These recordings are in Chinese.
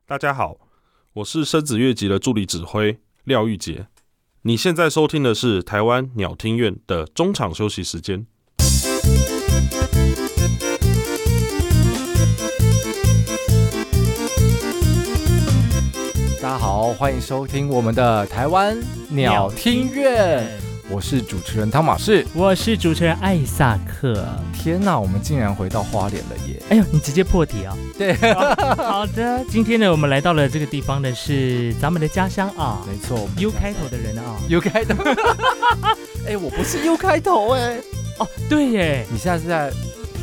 大家好，我是生子乐集的助理指挥廖玉杰。你现在收听的是台湾鸟听院的中场休息时间。 大家好，欢迎收听我们的台湾鸟听院，我是主持人汤马士， 我是主持人艾萨克。 天哪，我们竟然回到花莲了耶！ 哎呦，你直接破题啊！ 对， 好的，今天呢，我们来到了这个地方呢，是咱们的家乡啊， 没错 ，U 开头的人啊 ，U 开头。哎，我不是 U 开头哎。 哦，对耶， 你现在是在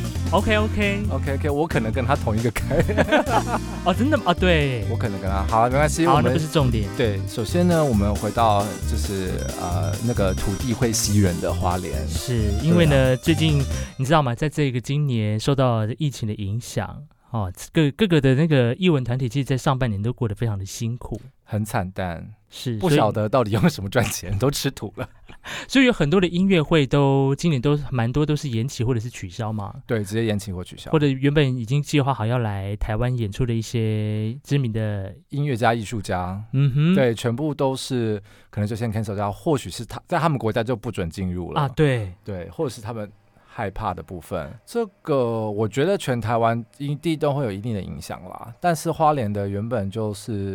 OK， 我可能跟他同一个开。 哦，真的吗？啊，对， 我可能跟他好了，没关系， 好，那不是重点。 对，首先呢，我们回到就是那个土地会吸人的花莲， 是因为呢，最近你知道吗？在这个今年受到疫情的影响。哦，各个的那个艺文团体，其实在上半年都过得非常的辛苦， 很惨淡， 是不晓得到底用什么赚钱，都吃土了。 所以有很多的音乐会今年都蛮多都是延期或者是取消嘛。 对，直接延期或取消， 或者原本已经计划好要来台湾演出的一些知名的音乐家、艺术家，对，全部都是可能就先 cancel 掉，或许是在他们国家就不准进入了啊， 对， 或者是他们害怕的部分，这个我觉得全台湾一定都会有一定的影响啦。但是花莲的原本就是，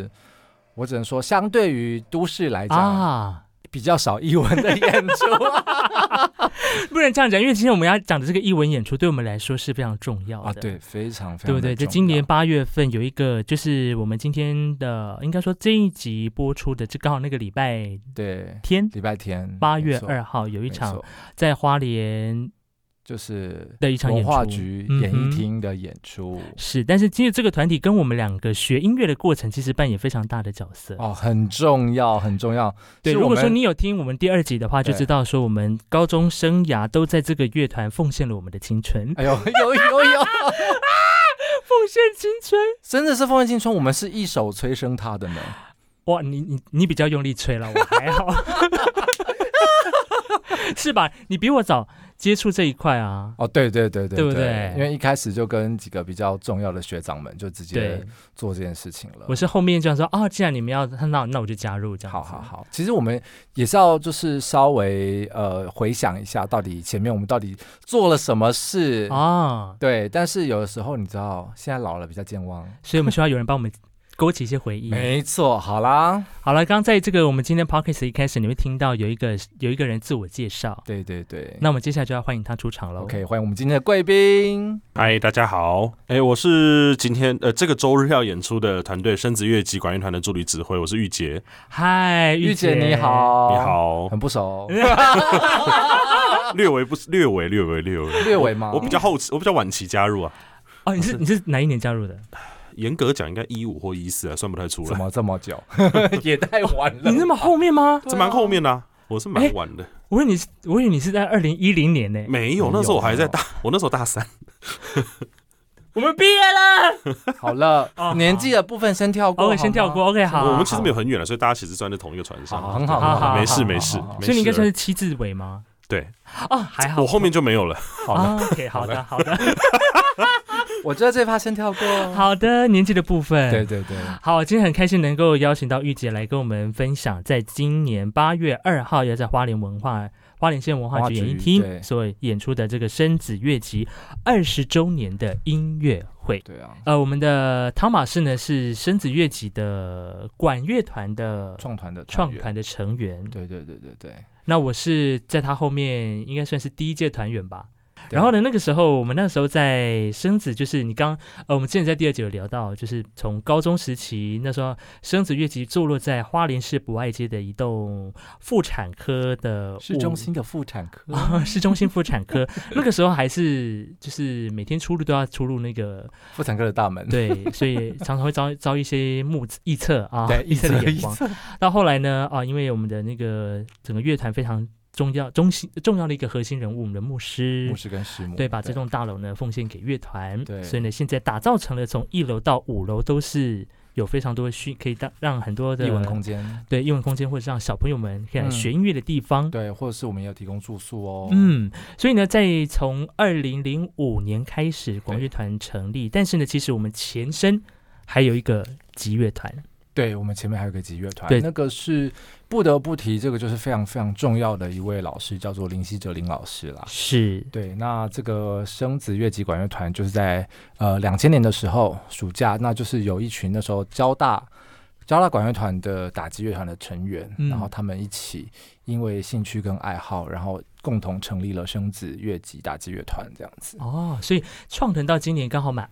我只能说，相对于都市来讲，比较少艺文的演出。 不能这样讲，因为今天我们要讲的这个艺文演出，对我们来说是非常重要的啊， 对，非常非常， 对不对？在今年8月份有一个，就是我们今天的，应该说这一集播出的，就刚好那个礼拜天8月2号有一场在花莲。 就是的一场演出， 文化局演艺厅的演出， 是，但是其实这个团体跟我们两个学音乐的过程，其实扮演非常大的角色哦，很重要，很重要。 对，如果说你有听我们第2集的话，就知道说我们高中生涯都在这个乐团奉献了我们的青春。 哎呦，有，奉献青春， 真的是奉献青春。我们是一手催生他的呢。 哇，你比较用力吹了，我还好，是吧？你比我早接触这一块啊！ 哦，对不对？因为一开始就跟几个比较重要的学长们就直接做这件事情了。 我是后面这样说既然你们要，那我就加入这样子。 好。其实我们也是要就是稍微回想一下，到底前面我们到底做了什么事啊？对，但是有的时候你知道，现在老了比较健忘， 所以我们需要有人帮我们勾起一些回忆。 没错，好了， 刚刚在这个我们今天 podcast 一开始，你会听到有一个人自我介绍。 对， 那我们接下来就要欢迎他出场了。 OK， 欢迎我们今天的贵宾。 嗨，大家好，我是今天这个周日要演出的团队生子乐集管乐团的助理指挥，我是玉杰。 嗨， 玉杰你好。 你好， 很不熟。 略微吗？ 我比较晚期加入啊。 哦，你是哪一年加入的？ 严格讲应该15或14啊，算不太出来。 怎么这么久？也太晚了。 你那么后面吗？ 这蛮后面的啊，我是蛮晚的。 我以为你是在2010年呢。 没有，那时候我还在我那时候大3。 我们毕业了。 好了，年纪的部分先跳过。 OK， 先跳过。OK， 好。 我们其实没有很远了，所以大家其实算在同一个船上。 很好， 没事。 所以你应该算是7字尾吗？ 对。 还好。 我后面就没有了。 好了 ，OK， 好的。 我觉得这趴先跳过。 好的，年纪的部分。 对。 好，今天很开心能够邀请到玉姐来跟我们分享，在今年8月2号要在花莲县文化局演艺厅所演出的这个生子乐集20周年的音乐会。 对啊。 我们的汤马士呢是生子乐集的管乐团的创团的成员。对。那我是在他后面，应该算是第1届团员吧。然后呢，我们那时候在生子，就是你我们之前在第2集有聊到，就是从高中时期那时候，生子乐集坐落在花莲市博爱街的一栋妇产科的市中心的妇产科， 市中心妇产科。那个时候还是就是每天出入都要出入那个妇产科的大门， 对，所以常常会遭一些臆测啊， 对， 臆测的眼光。到后来呢，因为我们的那个整个乐团非常重要的一个核心人物，我们的牧师跟师母， 对，把这栋大楼呢奉献给乐团，对，所以呢现在打造成了从1楼到5楼都是有非常多可以让很多的艺文空间， 对，艺文空间或者让小朋友们可以来学音乐的地方， 对，或者是我们也有提供住宿哦。 所以呢，在从2005年开始，广乐团成立，但是呢，其实我们前身还有一个集乐团。 对，我们前面还有一个集乐团，那个是不得不提，这个就是非常非常重要的一位老师，叫做林希哲林老师啦。 是， 对，那这个声子乐集管乐团就是在2000年的时候暑假，那就是有一群那时候交大管乐团的打击乐团的成员，然后他们一起因为兴趣跟爱好，然后共同成立了声子乐集打击乐团这样子。 哦，所以创团到今年刚好满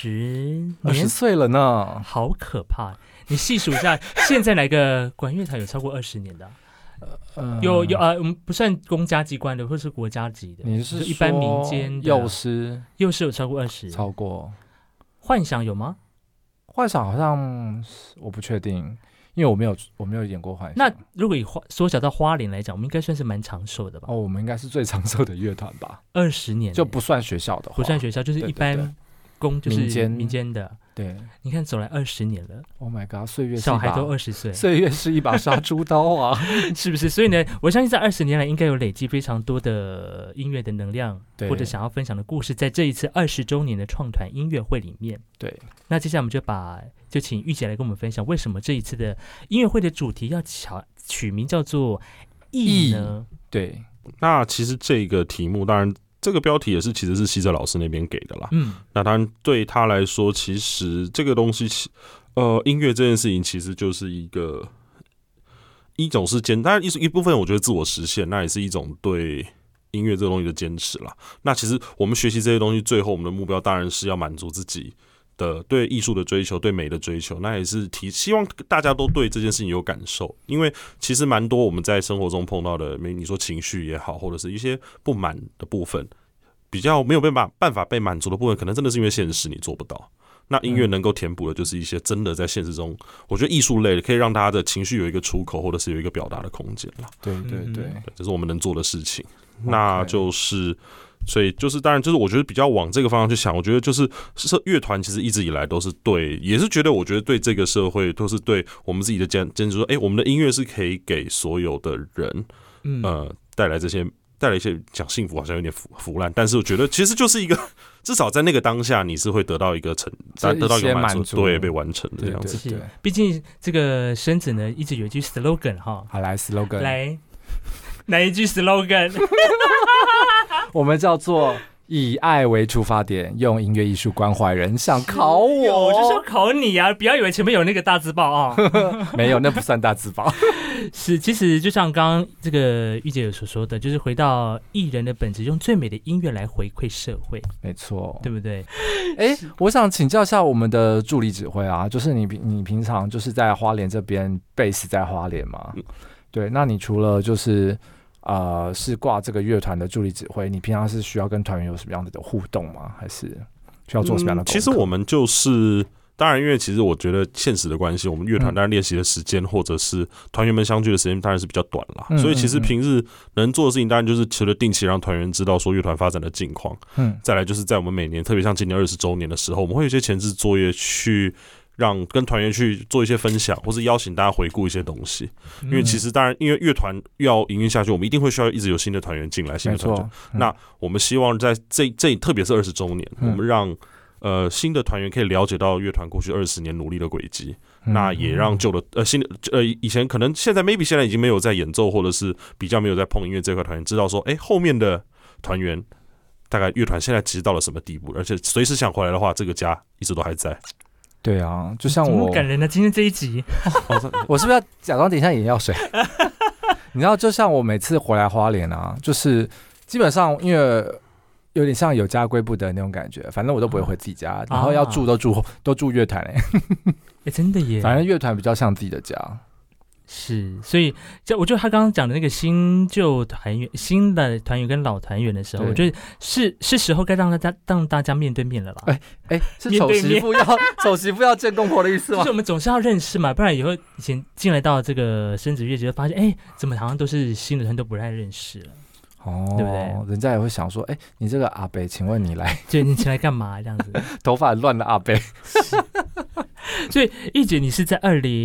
20 岁了呢， 好可怕！你细数一下，现在哪个管乐团有超过20年的？有我们不算公家机关的，或是国家级的。 你是说一般民间的？ 幼师有超过20， 超过。 幻想有吗？ 幻想好像我不确定，因为我没有演过幻想。 那如果以缩小到花莲来讲，我们应该算是蛮长寿的吧？ 哦，我们应该是最长寿的乐团吧 ，20年就不算学校的话， 不算学校，就是一般就是民间的。 对， 你看走来20年了 ，Oh my god， 岁月是小孩都20岁， 岁月是一把杀猪刀啊， 是不是？所以呢，我相信在20年来应该有累积非常多的音乐的能量，或者想要分享的故事，在这一次20周年的创团音乐会里面。 对， 那接下来我们就请玉姐来跟我们分享，为什么这一次的音乐会的主题要取名叫做“艺”呢？ 对， 那其实这个题目当然。这个标题其实是希哲老师那边给的啦。那当然对他来说，其实这个东西，音乐这件事情其实就是一种是当然一部分我觉得自我实现，那也是一种对音乐这个东西的坚持啦。那其实我们学习这些东西，最后我们的目标当然是要满足自己的对艺术的追求，对美的追求，那也是希望大家都对这件事情有感受，因为其实蛮多我们在生活中碰到的，你说情绪也好，或者是一些不满的部分，比较没有办法被满足的部分，可能真的是因为现实你做不到。那音乐能够填补的就是一些真的在现实中，我觉得艺术类的可以让大家的情绪有一个出口，或者是有一个表达的空间啦。 对对对， 这是我们能做的事情。那就是。所以就是当然就是我觉得比较往这个方向去想，我觉得就是乐团其实一直以来都是对，也是觉得我觉得对这个社会都是对我们自己的坚持说，我们的音乐是可以给所有的人，带来一些讲幸福好像有点腐烂，但是我觉得其实就是一个至少在那个当下你是会得到一个得到一个满足，对，被完成的这样子。 对， 毕竟这个声子呢一直有一句 slogan 哈， 好来 slogan 来哪一句 slogan？ 我们叫做以爱为出发点，用音乐艺术关怀人。想考我就是要考你啊！不要以为前面有那个大字报啊， 没有，那不算大字报。 是，其实就像刚刚这个玉姐有所说的，就是回到艺人的本质，用最美的音乐来回馈社会。 没错， 对不对？ 我想请教一下我们的助理指挥啊，就是你平常就是在花莲这边 base 在花莲嘛？对，那你除了就是是挂这个乐团的助理指挥，你平常是需要跟团员有什么样的互动吗？还是需要做什么样的功课？ 其实我们就是当然，因为其实我觉得现实的关系，我们乐团当然练习的时间，或者是团员们相聚的时间，当然是比较短啦。所以其实平日能做的事情，当然就是除了定期让团员知道说乐团发展的近况，再来就是在我们每年，特别像今年20周年的时候，我们会有一些前置作业去。让跟团员去做一些分享，或是邀请大家回顾一些东西。因为其实当然，因为乐团要营运下去，我们一定会需要一直有新的团员进来，新的团员。那我们希望在这特别是20周年，我们让新的团员可以了解到乐团过去20年努力的轨迹。那也让旧的新的以前可能现在 maybe 现在已经没有在演奏，或者是比较没有在碰音乐这块团员，知道说，后面的团员大概乐团现在其实到了什么地步，而且随时想回来的话，这个家一直都还在。 对啊，就像我感人的今天这一集， 我是不是要假装等一下眼药水？你知道，就像我每次回来花莲啊，就是基本上因为有点像有家归不得那种感觉，反正我都不会回自己家，然后要住都住乐团真的耶， 反正乐团比较像自己的家。 是，所以我觉得他刚刚讲的那个新旧团员、新的团员跟老团员的时候，我觉得是时候该让大家面对面了啦。 是丑媳妇要见公婆的意思吗？ 就是我们总是要认识嘛，不然以后以前进来到这个声子乐节，发现怎么好像都是新的团都不太认识了。对不对？ 人家也会想说，你这个阿伯，请问你来， 对，你请来干嘛？这样子， 头发很乱的阿伯。 所以玉姐，你是在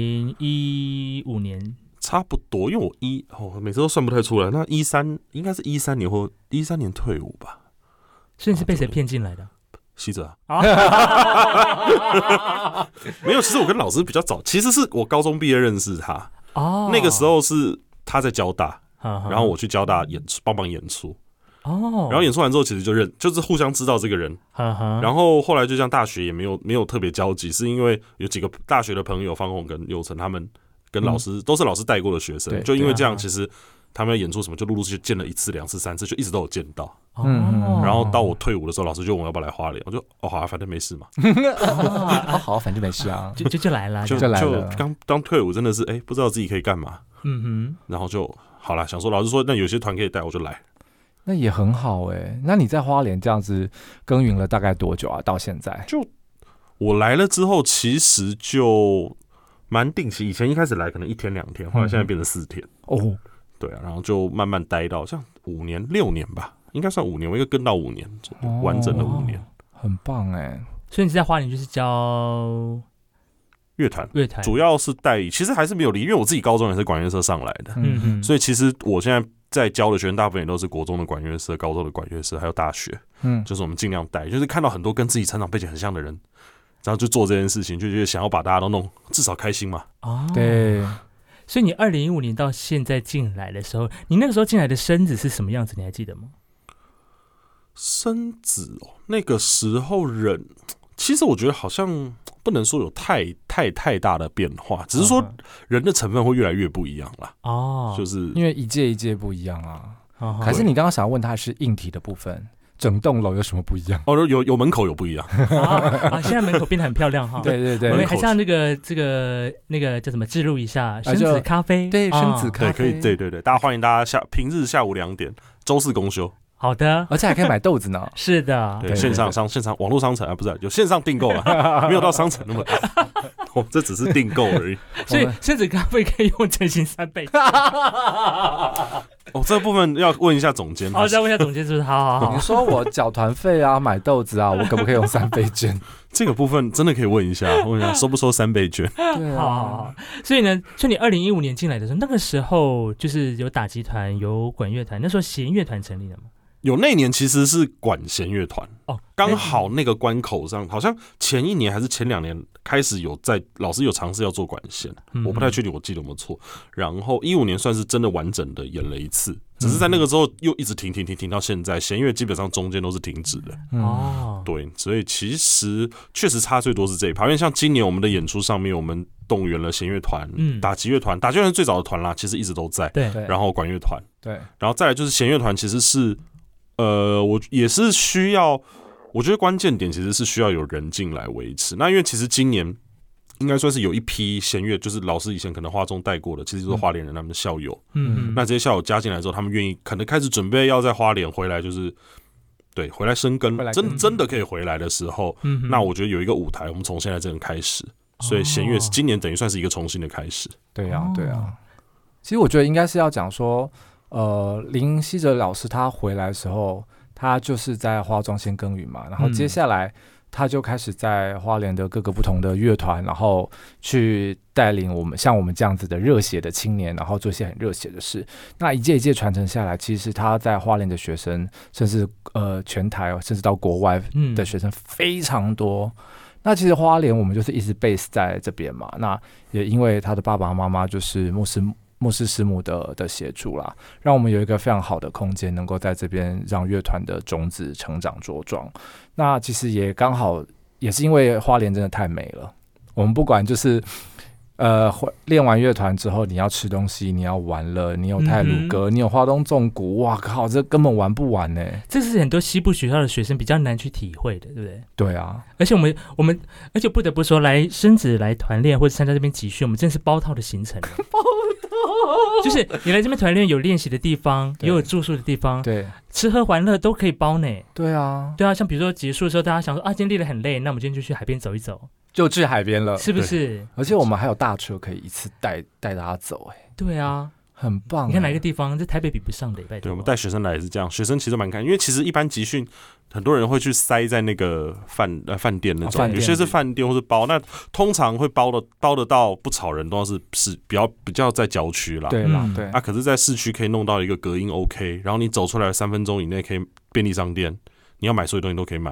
2015年， 差不多，因为我每次都算不太出来。那应该是13年或13年退伍吧？ 所以你是被谁骗进来的？ 西哲没有，其实我跟老师比较早，其实是我高中毕业认识他。那个时候是他在交大，然后我去交大帮忙演出。然后演出完之后，其实就是互相知道这个人。然后后来就像大学也没有特别交集，是因为有几个大学的朋友，方宏跟佑成他们跟老师都是老师带过的学生，就因为这样，其实他们要演出什么，就陆陆续续见了1次、2次、3次，就一直都有见到。然后到我退伍的时候，老师就问我要不要来花莲，我就好啊，反正没事嘛。 好，反正没事啊， 就来了， 就来了。 刚退伍真的是不知道自己可以干嘛。然后就好啦，想说老师说那有些团可以带，我就来。 那也很好那你在花莲这样子耕耘了大概多久啊？到现在？ 就我来了之后，其实就蛮定期。以前一开始来可能1天2天，后来现在变成4天。对啊，然后就慢慢待到像5年6年吧，应该算5年，我一个跟到5年，完整的5年， 很棒所以你在花莲就是教乐团，主要是带，其实还是没有离，因为我自己高中也是管乐社上来的，所以其实我现在在教的学生大部分也都是国中的管乐社、高中的管乐社，还有大学，就是我们尽量带，就是看到很多跟自己成长背景很像的人，然后就做这件事情，就觉得想要把大家都弄至少开心嘛。 对。 所以你2015年到现在进来的时候，你那个时候进来的身子是什么样子？你还记得吗？ 身子那个时候人，其实我觉得好像不能说有太大的变化，只是说人的成分会越来越不一样啦。就是因为一届一届不一样啊。可是你刚刚想要问他是硬体的部分。整栋楼有什么不一样？ 有门口有不一样现在门口变得很漂亮哈。 对， 我们还像那个叫什么置入一下生子咖啡， 对，生子咖啡， 对，大家欢迎大家平日下午2点，周4公休。 好的， 而且还可以买豆子呢。 是的， 对，线上网络商城不是有线上订购没有到商城那么大。这只是订购而已。 所以生子咖啡可以用真心3倍。 这部分要问一下总监。 再问一下总监是不是？好。 你说我缴团费啊，买豆子啊，我可不可以用3倍券？ 这个部分真的可以问一下，收不收3倍券？ 对啊。 所以呢，就你2015年进来的时候，那个时候就是有打击团、有管乐团，那时候弦乐团成立了吗？ 有，那年其实是管弦乐团刚好那个关口上，好像前1年还是前2年开始老师有尝试要做管弦，我不太确定，我记得有没有错。然后15年算是真的完整的演了一次，只是在那个之后又一直停到现在，弦乐基本上中间都是停止的。对，所以其实确实差最多是这一趴，因为像今年我们的演出上面，我们动员了弦乐团、打击乐团，打击乐团是最早的团啦，其实一直都在。 对， 然后管乐团， 对， 然后再来就是弦乐团，其实是。我也是需要，我觉得关键点其实是需要有人进来维持。那因为其实今年应该算是有一批弦乐，就是老师以前可能花中带过的，其实就是花莲人他们的校友。那这些校友加进来之后，他们愿意可能开始准备要在花莲回来，就是对回来生根，真的可以回来的时候，那我觉得有一个舞台，我们从现在这人开始，所以弦乐今年等于算是一个重新的开始。 对啊。其实我觉得应该是要讲说。林希哲老师他回来的时候，他就是在花庄先耕耘嘛，然后接下来他就开始在花莲的各个不同的乐团，然后去带领像我们这样子的热血的青年，然后做一些很热血的事。那一届一届传承下来，其实他在花莲的学生，甚至全台甚至到国外的学生非常多。那其实花莲我们就是一直 base 在这边嘛，那也因为他的爸爸妈妈就是牧师师母的协助啦，让我们有一个非常好的空间，能够在这边让乐团的种子成长茁壮。那其实也刚好，也是因为花莲真的太美了。我们不管就是练完乐团之后，你要吃东西，你要玩乐，你有太鲁阁，你有花东纵谷，哇靠，这根本玩不完呢。 这是很多西部学校的学生比较难去体会的，对不对？ 对啊， 而且我们，而且不得不说，来生子来团练或者参加这边集训，我们真的是包套的行程。包套，就是你来这边团练有练习的地方，也有住宿的地方， 对， 吃喝玩乐都可以包呢。 对啊， 像比如说结束的时候，大家想说今天练得很累，那我们今天就去海边走一走。 就去海边了， 是不是？ 而且我们还有大车可以一次带大家走， 对啊， 很棒。 你看哪个地方在台北比不上的？ 对，我们带学生来也是这样，学生其实蛮看，因为其实一般集训很多人会去塞在那个饭店那种，有些是饭店或是包，那通常会包得到不吵人，都是比较在郊区啦。 对啦，对可是在市区可以弄到一个隔音 OK， 然后你走出来3分钟以内可以便利商店，你要买所有东西都可以买。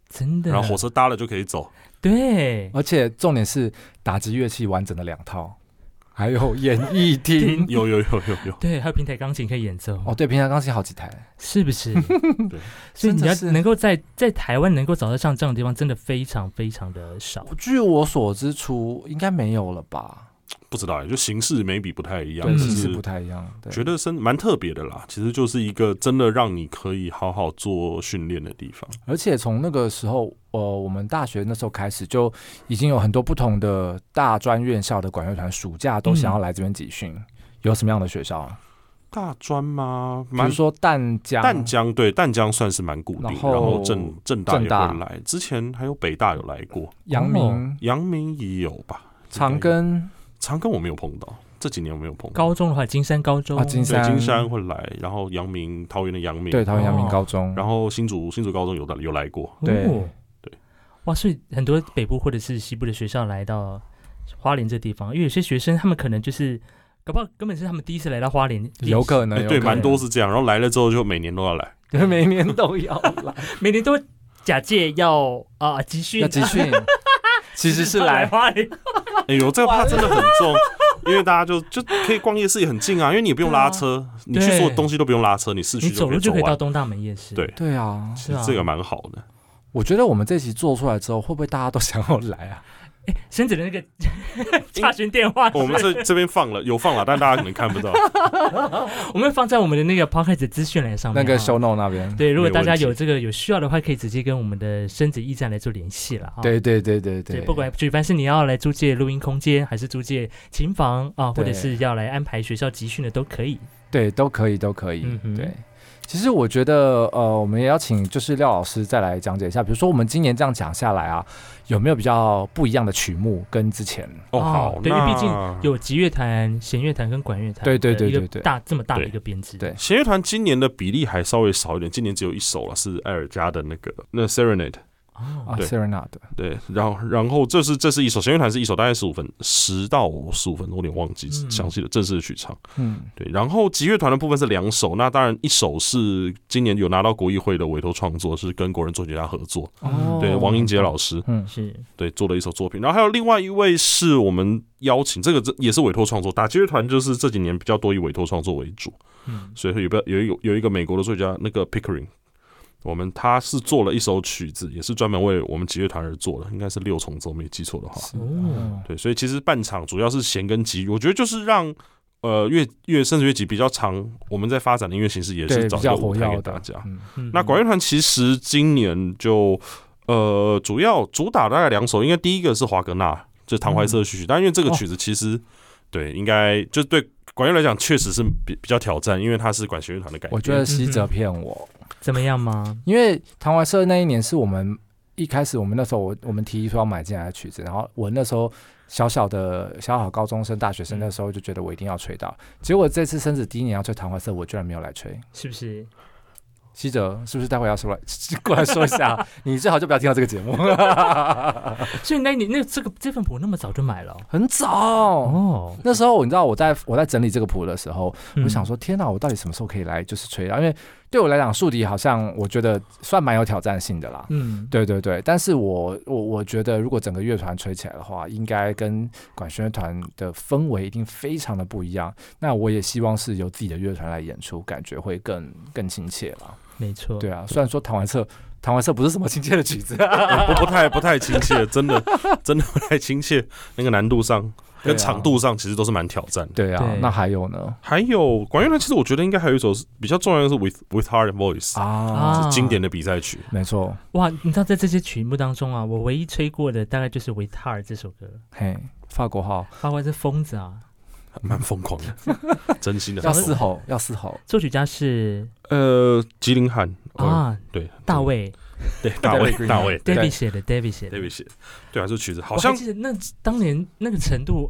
真的， 然后火车搭了就可以走。 对， 而且重点是打击乐器完整的2套，还有演艺厅， 有， 对，还有平台钢琴可以演奏。 哦，对，平台钢琴好几台， 是不是？ 对， 所以你要能够在台湾能够找到像这样的地方，真的非常非常的少。 据我所知，应该没有了吧？ 不知道，就形式maybe不太一样， 对，形式不太一样，对， 觉得蛮特别的啦。其实就是一个真的让你可以好好做训练的地方。 而且从那个时候，我们大学那时候开始，就已经有很多不同的大专院校的管乐团暑假都想要来这边集训。有什么样的学校啊？ 大专吗？ 比如说淡江， 对，淡江算是蛮固定，然后政大也会来，之前还有北大有来过， 阳明也有吧， 长庚我没有碰到，这几年我没有碰到。 高中的话，金山高中， 金山会来，然后桃园的阳明， 对，桃园阳明高中， 然后新竹高中有来过， 对， 哇，所以很多北部或者是西部的学校来到花莲这地方，因为有些学生他们可能就是搞不好根本是他们第一次来到花莲， 有可能， 对，蛮多是这样，然后来了之后就每年都要来， 对，每年都要来， 每年都假借要集训， 其实是来花莲。 哎呦，这个怕真的很重，因为大家就可以逛夜市也很近啊，因为你也不用拉车，你去所有东西都不用拉车，你市区你走路就可以到东大门夜市。 对啊， 是啊， 这个蛮好的。 我觉得我们这期做出来之后，会不会大家都想要来啊？ 深子的那个洽询电话， 我们这边有放了，但大家可能看不到。 我们会放在我们的那个 podcast 的资讯栏上面， 那个 show note 那边。 对，如果大家有需要的话，可以直接跟我们的深子驿站来做联系了。 对， 不管举凡是你要来租借录音空间，还是租借琴房啊，或者是要来安排学校集训的，都可以。 对，都可以。对。其实我觉得，我们也要请就是廖老师再来讲解一下，比如说我们今年这样讲下来啊，有没有比较不一样的曲目跟之前？ 好， 对，因为毕竟有集乐团、弦乐团跟管乐团， 对， 这么大的一个编制。 对， 弦乐团今年的比例还稍微少一点，今年只有1首了，是艾尔加的那 Serenade。 Serenade， 对，然后这是一首弦乐团是一首，大概10到15分，我有点忘记详细的正式的曲长。对，然后集乐团的部分是2首，那当然1首是今年有拿到国艺会的委托创作，是跟国人作曲家合作，对，王英杰老师， 是对做的一首作品。然后还有另外一位是我们邀请，这个也是委托创作，打集乐团就是这几年比较多以委托创作为主，所以有一个美国的作曲家那个 Pickering。他是做了一首曲子，也是专门为我们集乐团而做的，应该是6重奏，没记错的话。对，所以其实半场主要是弦跟集，我觉得就是让甚至乐集比较长，我们在发展的音乐形式也是找一个舞台给大家。那管乐团其实今年就主打大概2首，应该第一个是华格纳，就是唐怀瑟序曲，但因为这个曲子其实对应该就对管乐来讲确实是比较挑战，因为它是管弦乐团的改编。 我觉得西泽骗我。 怎么样吗？ 因为唐怀瑟那一年是我们一开始，我们那时候我们提议说要买进来的曲子，然后我那时候小高中生、大学生，那时候就觉得我一定要吹到。结果这次生子第1年要吹唐怀瑟，我居然没有来吹， 是不是？ 西哲是不是待会要过来说一下？你最好就不要听到这个节目。 所以你这份谱那么早就买了？ 很早哦。那时候你知道我在整理这个谱的时候，我想说天哪，我到底什么时候可以来就是吹啊？因为对我来讲，竖笛好像我觉得算蛮有挑战性的啦。对。但是我觉得如果整个乐团吹起来的话，应该跟管弦乐团的氛围一定非常的不一样。那我也希望是由自己的乐团来演出，感觉会更亲切啦。 没错， 对啊，虽然说唐怀瑟不是什么亲切的曲子， 不太亲切，真的不太亲切。那个难度上跟长度上其实都是蛮挑战的。 对啊，那还有呢？ 还有管乐团，其实我觉得应该还有一首比较重要的是 With Heart and Voice 啊，是经典的比赛曲。 没错， 哇，你知道在这些曲目当中啊，我唯一吹过的大概就是 With Heart 这首歌。 嘿，法国是疯子啊。 蛮疯狂的，真心的。 要嘶吼。 作曲家是吉林汉啊，对， 大卫， 对，大卫 ，David 写的，对啊，这曲子好像我还记得那当年那个程度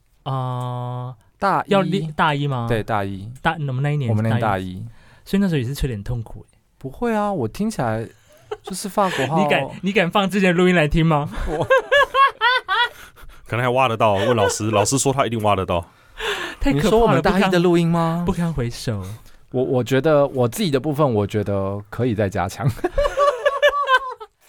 要练大一吗？ 对，大一， 我们那一年我们念大一， 所以那时候也是吹得很痛苦。 不会啊，我听起来就是法国号。 你敢放之前的录音来听吗？ 可能还挖得到，问老师，老师说他一定挖得到。 太可怕了！ 你说我们大一的录音吗？ 不堪回首。 我觉得我自己的部分，我觉得可以再加强。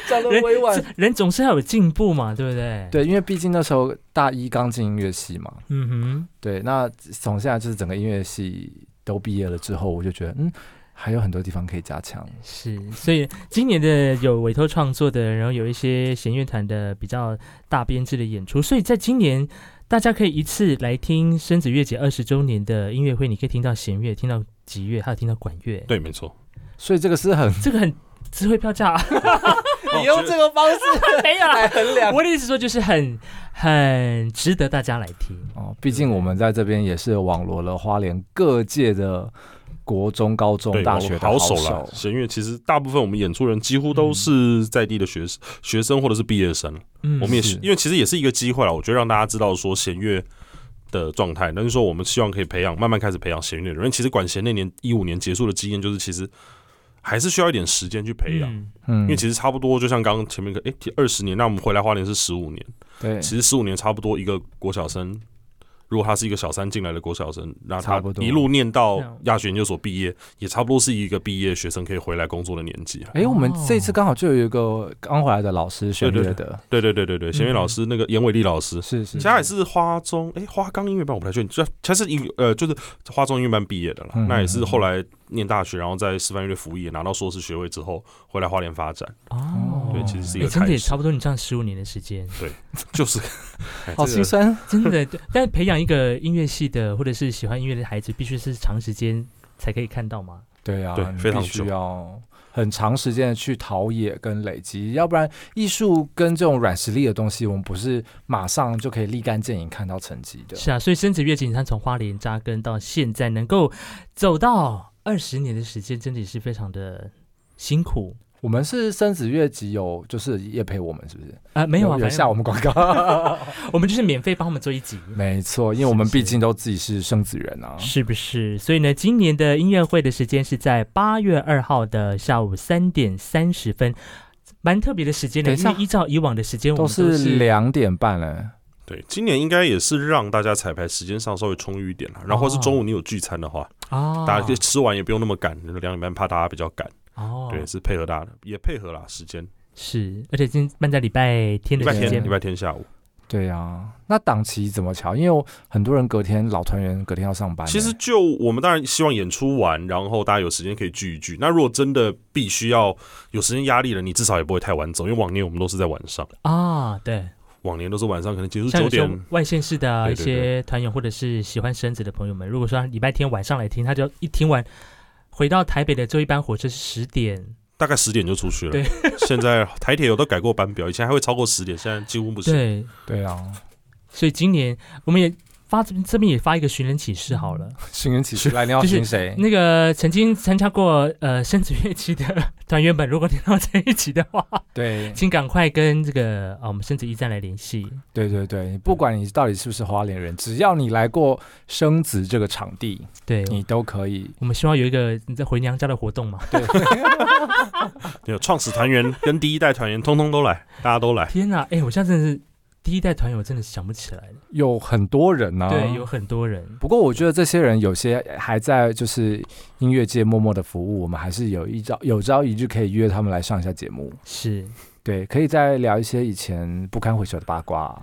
讲得委婉， 人总是要有进步嘛，对不对？ 对，因为毕竟那时候大一刚进音乐系嘛，对，那从现在就是整个音乐系都毕业了之后，我就觉得还有很多地方可以加强。 是，所以今年的有委托创作的，然后有一些弦乐团的比较大编制的演出，所以在今年大家可以一次来听生子乐节20周年的音乐会，你可以听到弦乐，听到击乐，还有听到管乐。 对，没错。 所以这个很智慧票价。 你用这个方式没有来衡量。 我的意思说，就是很值得大家来听哦。毕竟我们在这边也是网罗了花莲各界的国中、高中、大学的好手了。弦乐其实大部分我们演出人几乎都是在地的学生或者是毕业生。我们也是因为其实也是一个机会啦，我觉得让大家知道说弦乐的状态，但是说我们希望可以慢慢开始培养弦乐的人。其实管弦那年15年结束的经验，就是其实还是需要一点时间去培养，因为其实差不多就像刚刚前面20年，那我们回来花莲是15年，对，其实15年差不多一个国小生，如果他是一个小三进来的国小生，那他一路念到亚学研究所毕业，也差不多是一个毕业学生可以回来工作的年纪。 我们这一次刚好就有一个刚回来的老师弦乐的， 对，弦乐老师那个严伟丽老师， 是， 现在也是花冈音乐班，我不太确定，他是就是花中音乐班毕业的了，那也是后来念大学，然后在师范乐队服役，拿到硕士学位之后回来花莲发展。对，其实是一个开始， 真的也差不多你这样15年的时间。 对，就是好心酸， 真的。但培养一个音乐系的或者是喜欢音乐的孩子，必须是长时间才可以看到吗？ 对啊， 对，非常需要很长时间的去陶冶跟累积，要不然艺术跟这种软实力的东西，我们不是马上就可以立竿见影看到成绩的。 是啊，所以生子乐节它从花莲扎根到现在能够走到20年的时间，真的也是非常的辛苦。 我们是生子乐集有就是业配我们是不是？ 没有啊， 有下我们广告， 我们就是免费帮他们做一集。 没错，因为我们毕竟都自己是生子人啊， 是不是？所以呢，今年的音乐会的时间是在8月2号的下午3点30分，蛮特别的时间的，因为依照以往的时间，我们都是 2点半了。 对，今年应该也是让大家彩排时间上稍微充裕一点啦。然后是中午你有聚餐的话，大家可以吃完也不用那么赶，2点半怕大家比较赶。对，是配合大家的，也配合啦时间。 是，而且今天办在礼拜天的时间， 礼拜天下午。 对啊，那档期怎么调？因为很多人老团员隔天要上班。 其实就我们当然希望演出完，然后大家有时间可以聚一聚。那如果真的必须要有时间压力了，你至少也不会太晚走，因为往年我们都是在晚上啊。对， 往年都是晚上，可能结束9点。 外县市的一些团员或者是喜欢生子的朋友们，如果说礼拜天晚上来听，他就一听完。回到台北的最后一班火车是10点， 大概10点就出去了。 对， 现在台铁有都改过班表，以前还会超过10点，现在几乎不行。 对啊， 所以今年我们也这边也发一个寻人启事好了。 寻人启事来，你要寻谁？ 那个曾经参加过生子乐器的团员们，如果你要在一起的话， 对， 请赶快跟这个我们生子驿站来联系。 对，不管你到底是不是花莲人，只要你来过生子这个场地， 对你都可以。 我们希望有一个你在回娘家的活动嘛。 对， 有创始团员跟第一代团员通通都来，大家都来。 天哪，我现在真的是。第一代团员我真的想不起来了， 有很多人啊， 对，有很多人。 不过我觉得这些人有些还在就是音乐界默默的服务，我们还是有朝一日可以约他们来上一下节目。 是， 对，可以再聊一些以前不堪回首的八卦，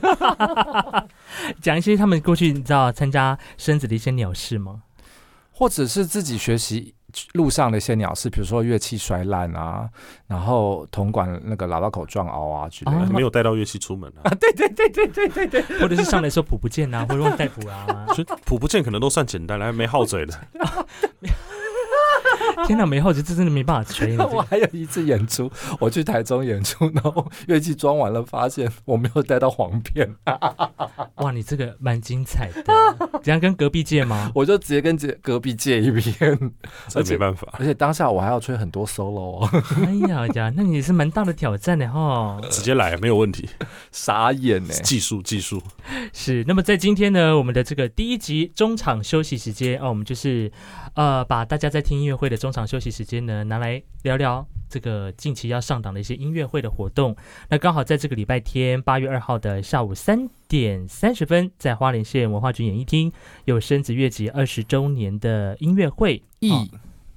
讲一些他们过去你知道参加生子的一些鸟事吗？ 或者是自己学习路上的一些鸟事，比如说乐器摔烂啊，然后铜管那个喇叭口撞凹啊之类的。 没有带到乐器出门啊？ 对， 或者是上来时候谱不见啊，或者忘带谱啊。 谱不见可能都算简单了，还没耗嘴的。 天哪，没耗嘴，这真的没办法吹。 我还有一次演出，我去台中演出，然后乐器装完了，发现我没有带到簧片。 哇，你这个蛮精彩的。怎样跟隔壁借吗？ 我就直接跟隔壁借一片， 这没办法。 而且当下我还要吹很多 solo 哦。 哎呀，那你是蛮大的挑战的哈。 直接来没有问题。 傻眼呢， 技术是。那么在今天呢，我们的这个第一集中场休息时间我们就是把大家在听音乐会的中场休息时间呢拿来聊聊这个近期要上档的一些音乐会的活动。那刚好在这个礼拜天8月2号的下午3点30分，在花莲县文化局演艺厅有生子乐集20周年的音乐会。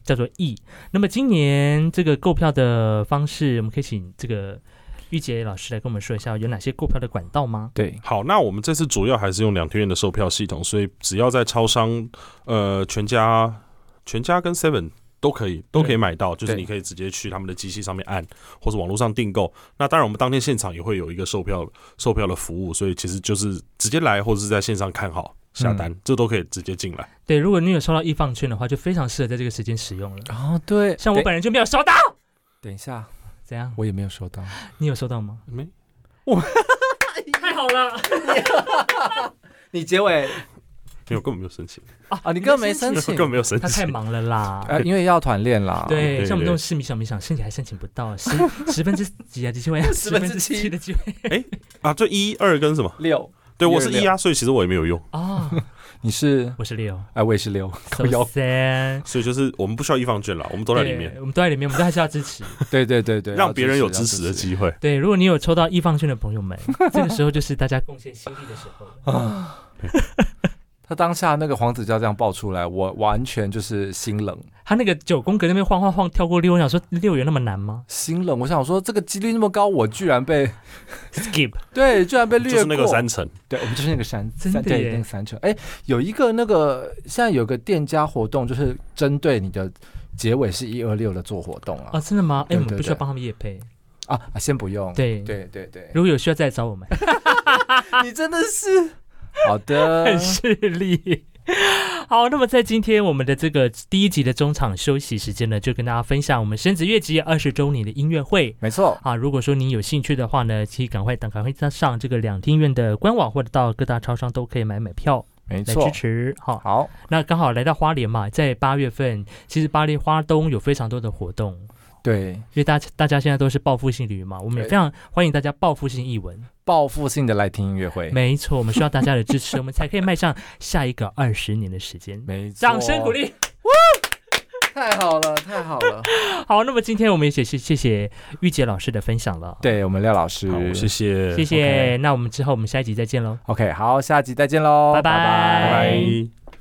叫做E。那么今年这个购票的方式，我们可以请这个玉洁老师来跟我们说一下有哪些购票的管道吗？ 对， 好，那我们这次主要还是用两厅院的售票系统，所以只要在超商、全家跟 Seven 都可以买到，就是你可以直接去他们的机器上面按，或者网络上订购。那当然，我们当天现场也会有一个售票的服务，所以其实就是直接来，或者是在线上看好下单，这都可以直接进来。 对，如果你有收到易放券的话，就非常适合在这个时间使用了。 哦，对， 像我本人就没有收到。 等一下， 怎样？ 我也没有收到。 你有收到吗？ 没。 我太好了。 你结尾。 因为我根本没有申请啊！你根本没申请， 根本没有申请， 他太忙了啦。 因为要团练啦。 对，像我们这种市民小民想申请还申请不到，10分之几啊？机会？7%的机会。 就1、2跟什么 6？ 对，我是1啊，所以其实我也没有用啊。你是？ 我是6。 我也是6。 所以就是我们不需要易放券啦，我们都在里面。 我们都在里面，我们都还是要支持。 对， 让别人有支持的机会。 对，如果你有抽到易放券的朋友们，这个时候就是大家贡献心力的时候啊。 他当下那个黄子佼这样爆出来，我完全就是心冷。 他那个9宫格那边晃跳过6，我想说6有那么难吗？ 心冷，我想说这个几率那么高，我居然被 skip， 对，居然被略过， 就是那个3层， 对，我们就是那个3， 真的对，那个3层。有一个那个现在有个店家活动，就是针对你的结尾是126的做活动啊。 哦，真的吗？我们不需要帮他们业配啊，先不用。 对，如果有需要再找我们。 你真的是。好的， 很势利。好，那么在今天我们的这个第1集的中场休息时间呢，就跟大家分享我们生子乐集20周年的音乐会。 没错啊，如果说你有兴趣的话呢，其实赶快上这个两厅院的官网，或者到各大超商都可以买票。 没错， 来支持。 好， 那刚好来到花莲嘛，在8月份，其实花东有非常多的活动。 对， 因为大家现在都是报复性旅游嘛，我们也非常欢迎大家报复性艺文， 报复性的来听音乐会。没错，我们需要大家的支持，我们才可以迈上下一个20年的时间。 没错， 掌声鼓励！ 太好了，太好了。 好，那么今天我们也谢谢玉洁老师的分享了。 对，我们廖老师， 好，谢谢。 Okay. 那我们下一集再见喽。 OK， 好，下集再见喽， 拜拜。